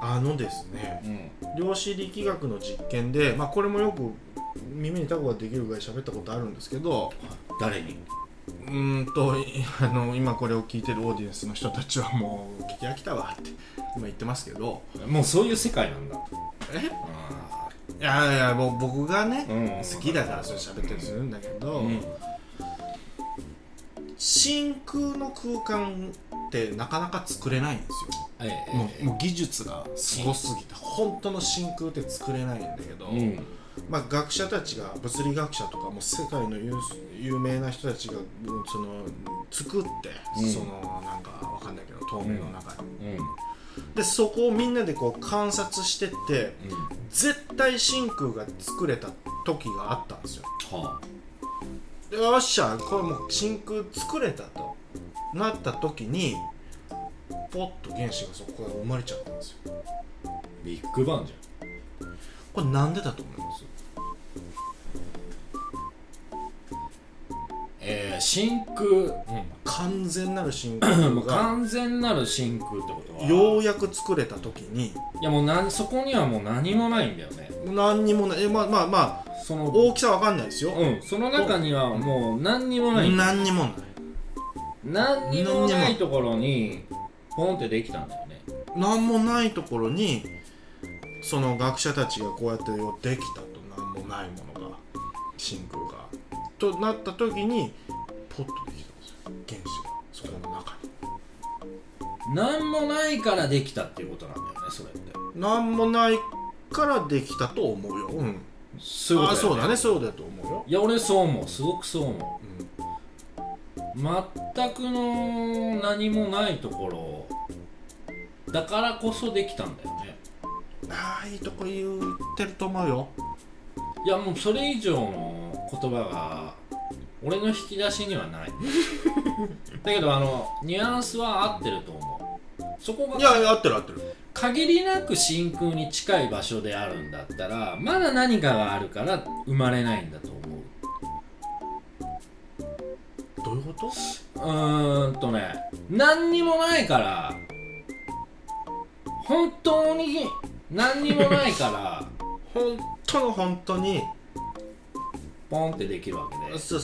ですね、量子力学の実験で、これもよく耳にタコができるぐらい喋ったことあるんですけど、 誰に？ 今これを聞いてるオーディエンスの人たちはもう聞き飽きたわって今言ってますけど、 もうそういう世界なんだ。 いやもう僕がね、好きだからそれ喋ったりするんだけど、真空の空間ってなかなか作れないんですよ、もう技術がすごすぎて、本当の真空って作れないんだけど、学者たちが、物理学者とかも世界の有名な人たちがその作って、なんかわかんないけど透明の中に、でそこをみんなでこう観察してって、絶対真空が作れた時があったんですよ、でよっしゃこれもう真空作れたとなった時にポッと原子がそこから生まれちゃったんですよ。 ビッグバンじゃん。 これなんでだと思います？ 真空、 完全なる真空が完全なる真空ってことはようやく作れた時に、 いやもうそこにはもう何もないんだよね。 何にもない、その大きさわかんないですよ、 その中にはもう何にもない、 何にもないところにポンってできたんだよね。 何もないところにその学者たちがこうやってできたと、何もないものが真空がとなった時にポッとできたんですよ、原子がそこの中に。 何もないからできたっていうことなんだよね、それって。 何もないからできたと思うよ。 そうだよね。 そうだね、そうだと思うよ。 いや俺そう思う、すごくそう思う、全くの何もないところだからこそできたんだよね。 いいとこ言ってると思うよ。 いやもうそれ以上の言葉が俺の引き出しにはないだけどニュアンスは合ってると思う。そこが、 いや合ってる限りなく真空に近い場所であるんだったら、まだ何かがあるから生まれないんだと思う。 どういうこと？ 何にもないから、本当に何にもないから本当にポンってできるわけで、 そう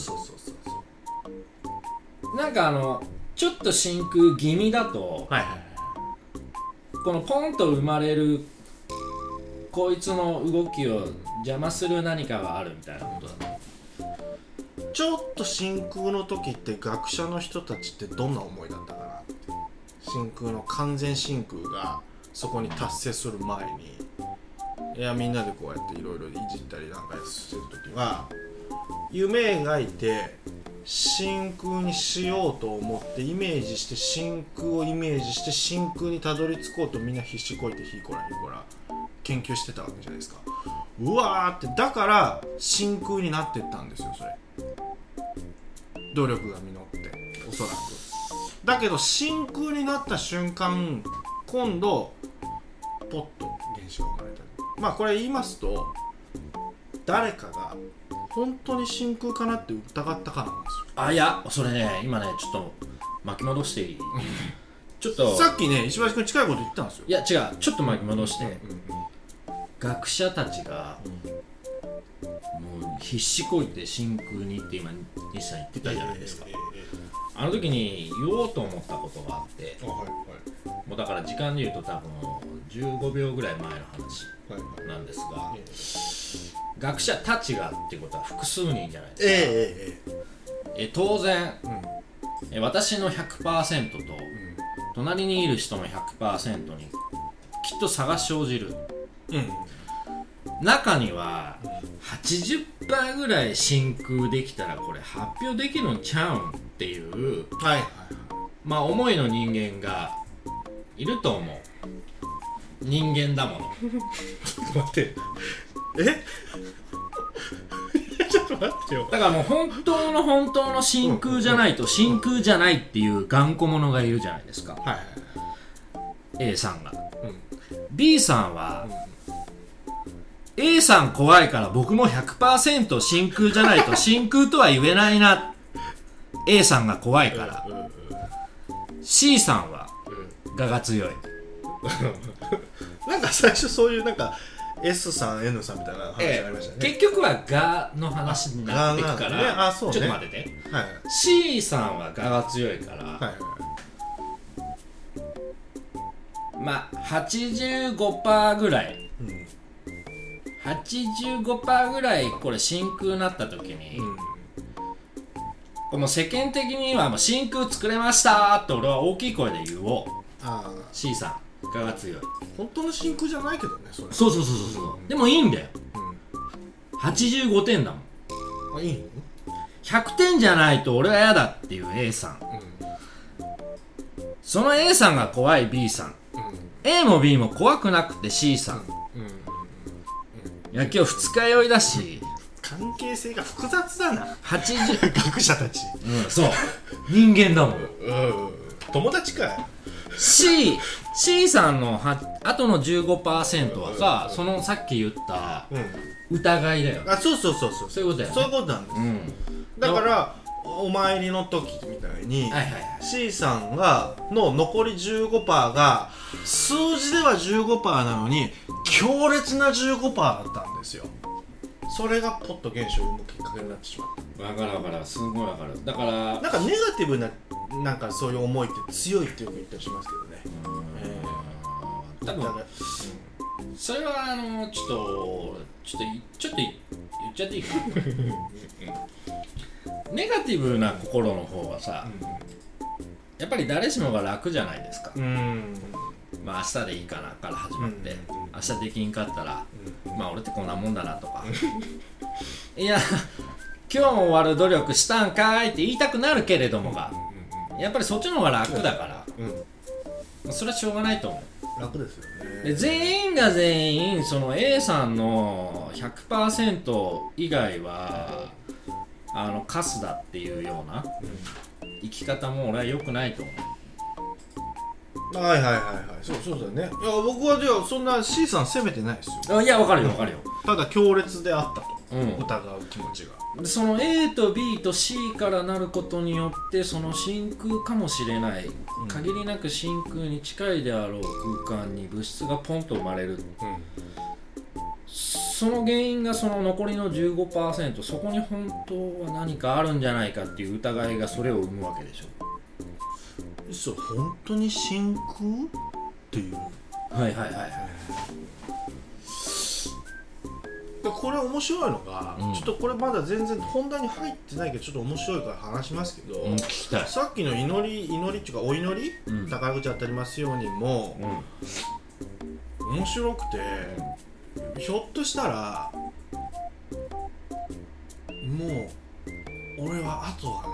なんかちょっと真空気味だと、このポンと生まれるこいつの動きを邪魔する何かがあるみたいなことだね。 ちょっと真空の時って学者の人たちってどんな思いだったかなって。真空の完全真空がそこに達成する前に、みんなでこうやっていろいろいじったりなんかしてる時は、夢描いて真空にしようと思ってイメージして、真空をイメージして真空にたどり着こうとみんな必死こいてひいこら研究してたわけじゃないですか。うわーって、だから真空になってったんですよ、それ。努力が実って、おそらく。だけど真空になった瞬間、今度ポッと原子が生まれた。これ言いますと、誰かが本当に真空かなって疑ったからなんですよ。 いやそれね、今ねちょっと巻き戻していいちょっとさっきね石橋君近いこと言ったんですよ。 いや違う、ちょっと巻き戻して、学者たちが、もう必死こいて真空にって今西さん言ってたじゃないですか、あの時に言おうと思ったことがあって、もうだから時間で言うと多分15秒ぐらい前の話なんですが、学者たちがってことは複数人じゃないですか。当然、私の 100% と、隣にいる人の 100% にきっと差が生じる、中には 80% ぐらい真空できたらこれ発表できるんちゃうんっていう、思いの人間がいると思う。人間だものちょっと待ってちょっと待ってよ。 だからもう本当の真空じゃないと真空じゃないっていう頑固者がいるじゃないですか、A さんが、B さんは、A さん怖いから僕も 100% 真空じゃないと真空とは言えないな、A さんが怖いから、C さんは我が強いなんか最初そういうなんか S さん N さんみたいな話がありましたね、 結局はがの話になっていくから、 ね、あそうね、 ちょっと待ってて、 はい、 C さんはがが強いから、 はい、 まあ 85% ぐらい、うん、85% ぐらいこれ真空になった時に、もう世間的にはもう真空作れましたって俺は大きい声で言おう。C さんが強い。 本当の真空じゃないけどね、それ。 そう、でもいいんだよ、85点だもん。 いいの ？100点じゃないと俺は嫌だっていう A さん、その A さんが怖い B さん、A も B も怖くなくて C さん、いや今日二日酔いだし関係性が複雑だな 80 学者たち、 そう人間だもん、 友達かよ。 C さんの後の 15% はさ、そのさっき言った疑いだよ、 そういうことだよね。そういうことなんです、だからお参りの時みたいに、C さんの残り 15% が数字では 15% なのに強烈な 15% だったんですよ。それがポット現象を生むきっかけになってしまった。 分かるすごい分かる。だからなんかネガティブななんかそういう思いって強いってよく言ったりしますけどね。 多分、それはちょっと言っちゃっていいかなネガティブな心の方がさ、やっぱり誰しもが楽じゃないですか。まあ明日でいいかなから始まって、明日できんかったら、まあ俺ってこんなもんだなとかいや今日も終わる努力したんかいって言いたくなるけれどもが、やっぱりそっちの方が楽だから、それはしょうがないと思う。 楽ですよね。 で全員が全員その A さんの 100% 以外はカスだっていうような生き方も俺は良くないと思う。 はいそうだね。いや僕はじゃあそんな C さん責めてないですよ。 いや分かるよただ強烈であったと、疑う気持ちが。 でその A と B と C からなることによってその真空かもしれない、限りなく真空に近いであろう空間に物質がポンと生まれる、その原因がその残りの 15%、 そこに本当は何かあるんじゃないかっていう疑いがそれを生むわけでしょ。 そう、本当に真空っていう。これ面白いのが、ちょっとこれまだ全然本題に入ってないけどちょっと面白いから話しますけど、 聞きたい。 さっきの祈りっていうかお祈り、宝口当たりますようにも、面白くて、ひょっとしたらもう俺は後が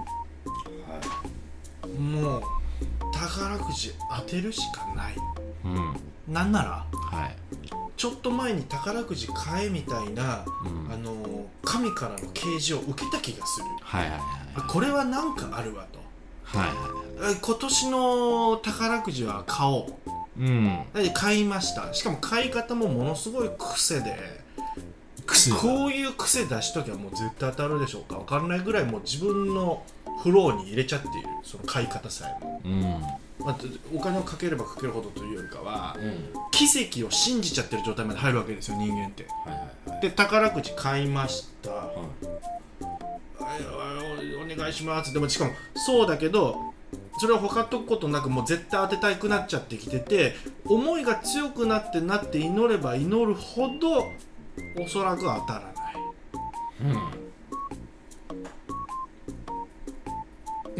ない、もう宝くじ当てるしかない、なんなら、ちょっと前に宝くじ買えみたいな、神からの啓示を受けた気がする、これはなんかあるわと、今年の宝くじは買おう、で買いました。しかも買い方もものすごい癖で、こういう癖出しときゃもう絶対当たるでしょうか分かんないぐらいもう自分のフローに入れちゃっている、その買い方さえも、お金をかければかけるほどというよりかは、奇跡を信じちゃってる状態まで入るわけですよ、人間って。で宝くじ買いました、お願いします。でもしかもそうだけどそれを他とくことなくもう絶対当てたくなっちゃってきてて、思いが強くなって祈れば祈るほどおそらく当たらない、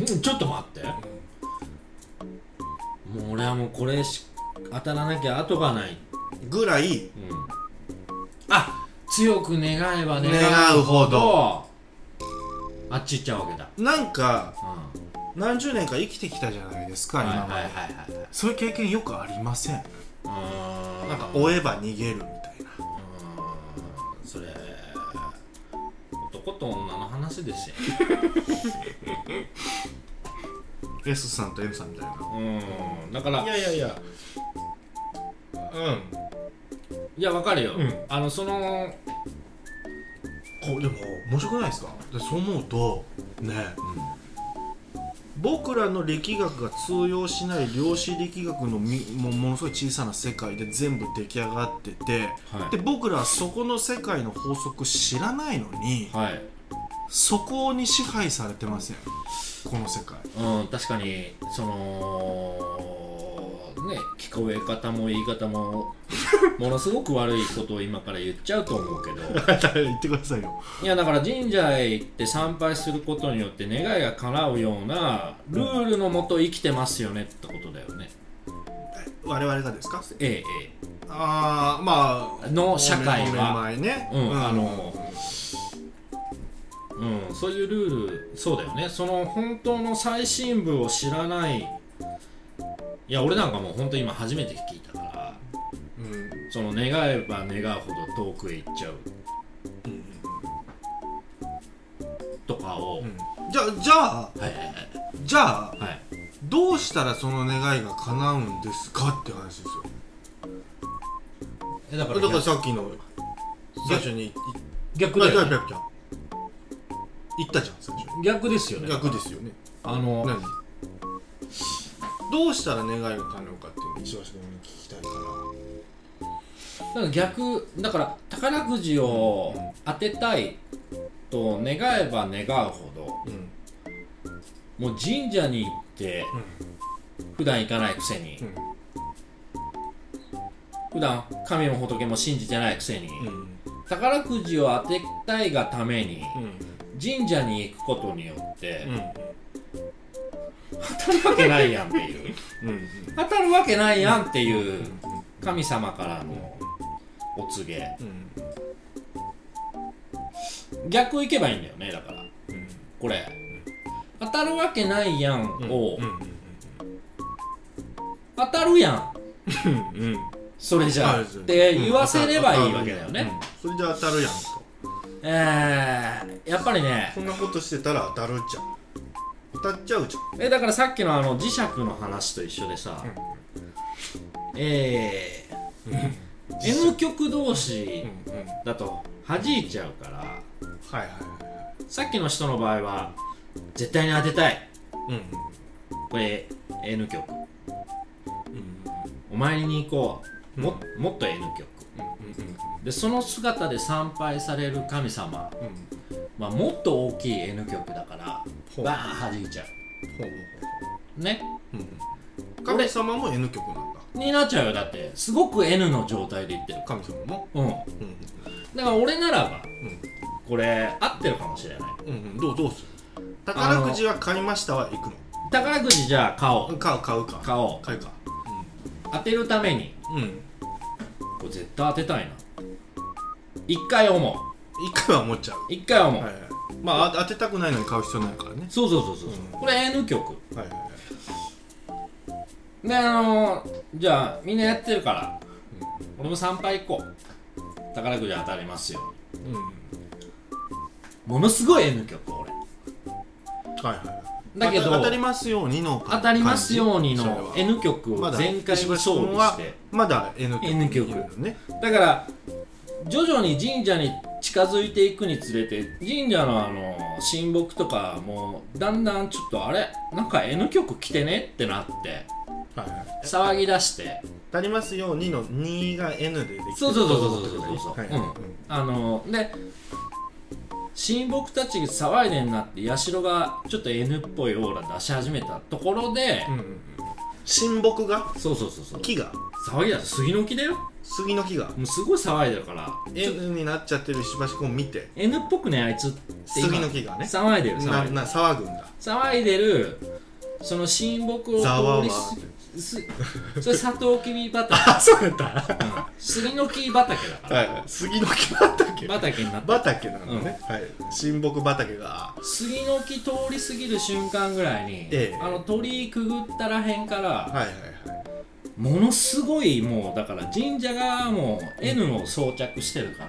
ちょっと待って、もう俺はもうこれ当たらなきゃ後がないぐらい、 強く願えば願うほどあっち行っちゃうわけだ。 なんか、何十年か生きてきたじゃないですか、今まで。そういう経験よくありません？なんか追えば逃げるみたいな。 それ男と女の話ですよ S さんと M さんみたいな。 だからいやわかるよ、そのでも面白くないですか？でそう思うとね、 僕らの力学が通用しない量子力学のものすごい小さな世界で全部出来上がってて、はい、で僕らはそこの世界の法則知らないのに、はい、そこに支配されてますよこの世界。 確かにそのね、聞こえ方も言い方もものすごく悪いことを今から言っちゃうと思うけど言ってくださいよ。 いやだから神社へ行って参拝することによって願いが叶うようなルールのもと生きてますよねってことだよね。 我々がですか？ ええまあの社会はね、 そういうルール、そうだよね。その本当の最深部を知らない。いや俺なんかもう本当今初めて聞いたから、その願えば願うほど遠くへ行っちゃう、とかを、 じゃあ、どうしたらその願いが叶うんですかって話ですよ。だからさっきの最初に逆だよね。 言ったじゃん最初に。 逆ですよね。 逆ですよね。何どうしたら願いが叶うかっていうのを石橋君に聞きたいから。 だから逆だから宝くじを当てたいと願えば願うほど、もう神社に行って、普段行かないくせに、普段神も仏も信じてないくせに、宝くじを当てたいがために、神社に行くことによって、当たるわけないやんっていう当たるわけないやんっていう神様からのお告げ、逆行けばいいんだよね。だから、これ当たるわけないやんを、当たるやんそれじゃあって言わせればいいわけだよね。 それじゃ当たるやんと。 やっぱりね、 そんなことしてたら当たるじゃん。当たっちゃうじゃん。 だからさっきの磁石の話と一緒でさ、N 極同士だと弾いちゃうから、さっきの人の場合は絶対に当てたい、これ N 極、お参りに行こう、もっと N 極、でその姿で参拝される神様、もっと大きい N 極だからバーン弾いちゃうね、 神様も N 極なんだになっちゃうよ。だってすごく N の状態で言ってる神様も、 だから俺ならば、これ合ってるかもしれない。 どうする？宝くじは買いましたは行くの？ 宝くじじゃあ買おう。買おう。当てるために、これ絶対当てたいな。一回思う。 一回は思っちゃう。 一回は思う。 まあ当てたくないのに買う必要ないからね。 そう。これ N 極。でじゃあみんなやってるから、俺も参拝行こう。宝くじ当たりますよ。ものすごい N 極俺。だけど当たりますようにの当たりますようにの N 極を全開に勝利してまだ N 極ね。だから徐々に神社に近づいていくにつれて、神社の神木とかもだんだんちょっとあれなんか N 極来てねってなって、騒ぎ出して当たりますようにの2が N でできてる。 そうで神木たちが騒いでんなって、社がちょっと N っぽいオーラ出し始めたところで、 神木がそう木が騒ぎ出す。杉の木だよ。 杉の木がもうすごい騒いでるから N になっちゃってる石橋君を見て N っぽくねあいつって杉の木がね騒いでる騒ぐんだ。 騒いでるその神木を通りそれサトウキビ畑そうやった、 杉の木畑だから、 杉の木畑になって畑なのね、神木畑が杉の木通り過ぎる瞬間ぐらいに、鳥居くぐったらへんから、ものすごいもうだから神社側も N を装着してるから、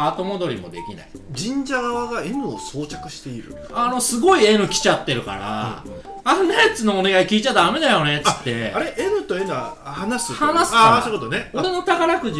後戻りもできない。 神社側が N を装着している。 すごい N 来ちゃってるから、あんなやつのお願い聞いちゃダメだよねっつって。 あれ N と N は話すから。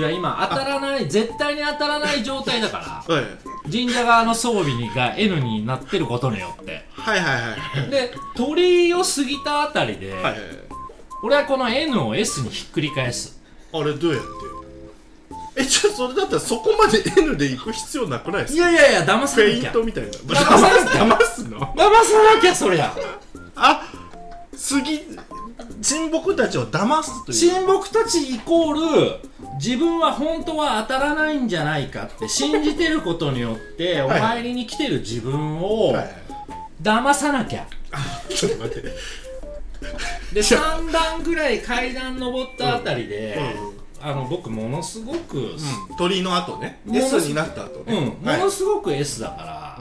そういうことね。 俺の宝くじは今当たらない絶対に当たらない状態だから、 神社側の装備が N になってることによって、 はいはいはいで鳥居を過ぎたあたりで、 はいはい、 俺はこの N を S にひっくり返す。 あれどうやってじゃあそれだったらそこまで N で行く必要なくないですか。 いやいやいや、騙さフェイなきゃ、 ントみたいな騙さの騙さなきゃ、そりゃ親睦たちを騙すという。 親睦たちイコール自分は本当は当たらないんじゃないかって信じてることによってお参りに来てる自分を騙さなきゃ。 ちょっと待ってで3段ぐらい階段登ったあたりで、僕ものすごく、 鳥居の後ね S になった後ね、 ものすごく S だから、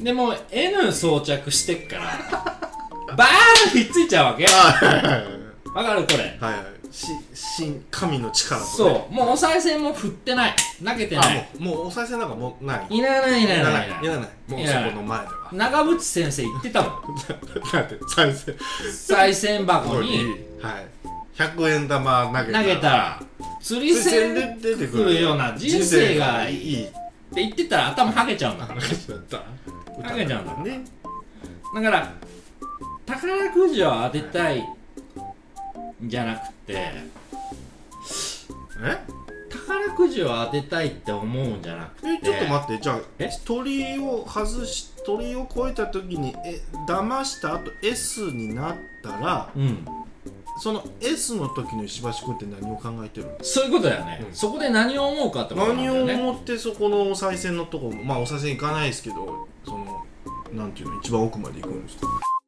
でも N 装着してっからバーンひっついちゃうわけ。わかるこれ。 はいはい。神の力と、ね。 そう。もうお賽銭も振ってない。投げてない。 もうお賽銭なんかもうない。 いらない。 もうそこの前では。 長渕先生言ってたもん。 だって賽銭箱に、 はい。100円玉投げたら釣り銭で出てくるような人生がいいって言ってたら頭はげちゃうんだから。はげちゃうんだね。だから宝くじを当てたいんじゃなくて、宝くじを当てたいって思うんじゃなくて、 ちょっと待って、じゃあ鳥居を越えた時に騙した後 S になったら、その S の時の石橋君って何を考えてるの？ そういうことだよね、そこで何を思うかってことなんだよね。 何を思ってそこのお賽銭のとこ、まあお賽銭行かないですけど、そのなんていうの、一番奥まで行くんですか？